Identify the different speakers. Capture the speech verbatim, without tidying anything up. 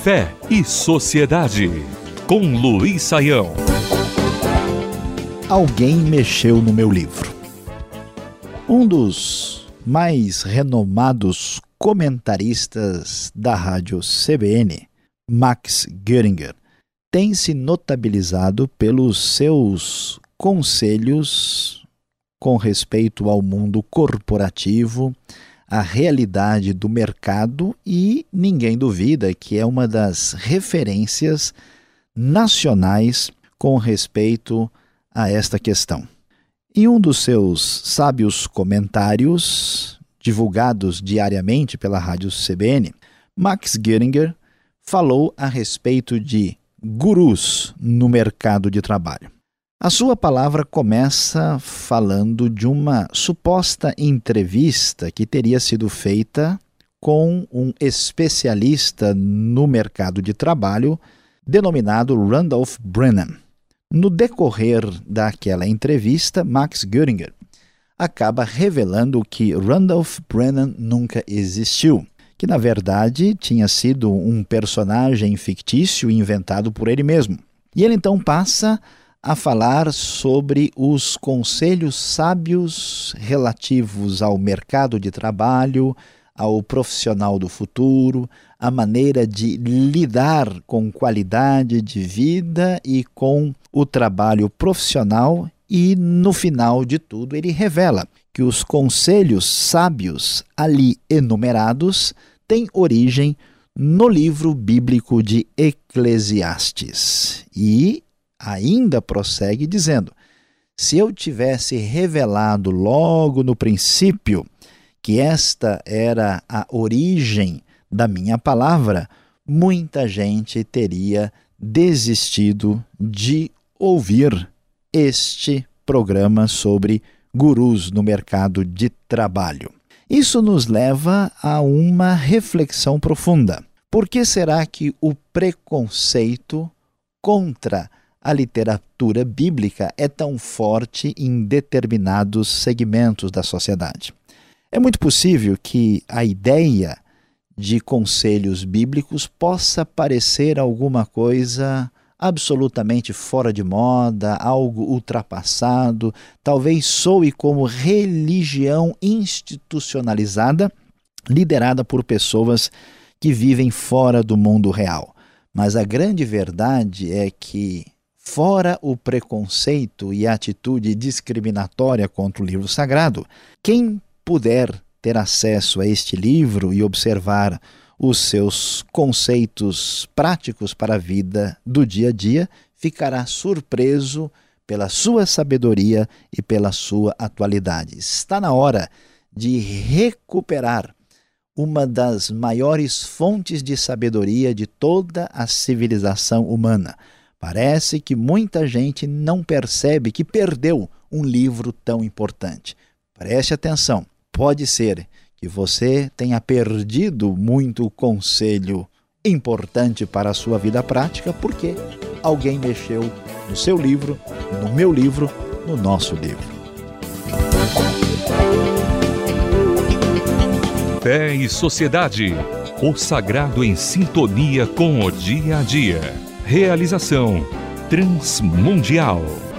Speaker 1: Fé e Sociedade, com Luiz Saião.
Speaker 2: Alguém mexeu no meu livro. Um dos mais renomados comentaristas da rádio C B N, Max Göringer, tem se notabilizado pelos seus conselhos com respeito ao mundo corporativo, a realidade do mercado, e ninguém duvida que é uma das referências nacionais com respeito a esta questão. Em um dos seus sábios comentários, divulgados diariamente pela rádio C B N, Max Göringer falou a respeito de gurus no mercado de trabalho. A sua palavra começa falando de uma suposta entrevista que teria sido feita com um especialista no mercado de trabalho denominado Randolph Brennan. No decorrer daquela entrevista, Max Göringer acaba revelando que Randolph Brennan nunca existiu, que na verdade tinha sido um personagem fictício inventado por ele mesmo. E ele então passa a falar sobre os conselhos sábios relativos ao mercado de trabalho, ao profissional do futuro, a maneira de lidar com qualidade de vida e com o trabalho profissional, e no final de tudo ele revela que os conselhos sábios ali enumerados têm origem no livro bíblico de Eclesiastes. E ainda prossegue dizendo: se eu tivesse revelado logo no princípio que esta era a origem da minha palavra, muita gente teria desistido de ouvir este programa sobre gurus no mercado de trabalho. Isso nos leva a uma reflexão profunda. Por que será que o preconceito contra a literatura bíblica é tão forte em determinados segmentos da sociedade? É muito possível que a ideia de conselhos bíblicos possa parecer alguma coisa absolutamente fora de moda, algo ultrapassado, talvez soe como religião institucionalizada, liderada por pessoas que vivem fora do mundo real. Mas a grande verdade é que, fora o preconceito e a atitude discriminatória contra o livro sagrado, quem puder ter acesso a este livro e observar os seus conceitos práticos para a vida do dia a dia, ficará surpreso pela sua sabedoria e pela sua atualidade. Está na hora de recuperar uma das maiores fontes de sabedoria de toda a civilização humana. Parece que muita gente não percebe que perdeu um livro tão importante. Preste atenção, pode ser que você tenha perdido muito conselho importante para a sua vida prática porque alguém mexeu no seu livro, no meu livro, no nosso livro.
Speaker 1: Fé e Sociedade, o sagrado em sintonia com o dia a dia. Realização Transmundial.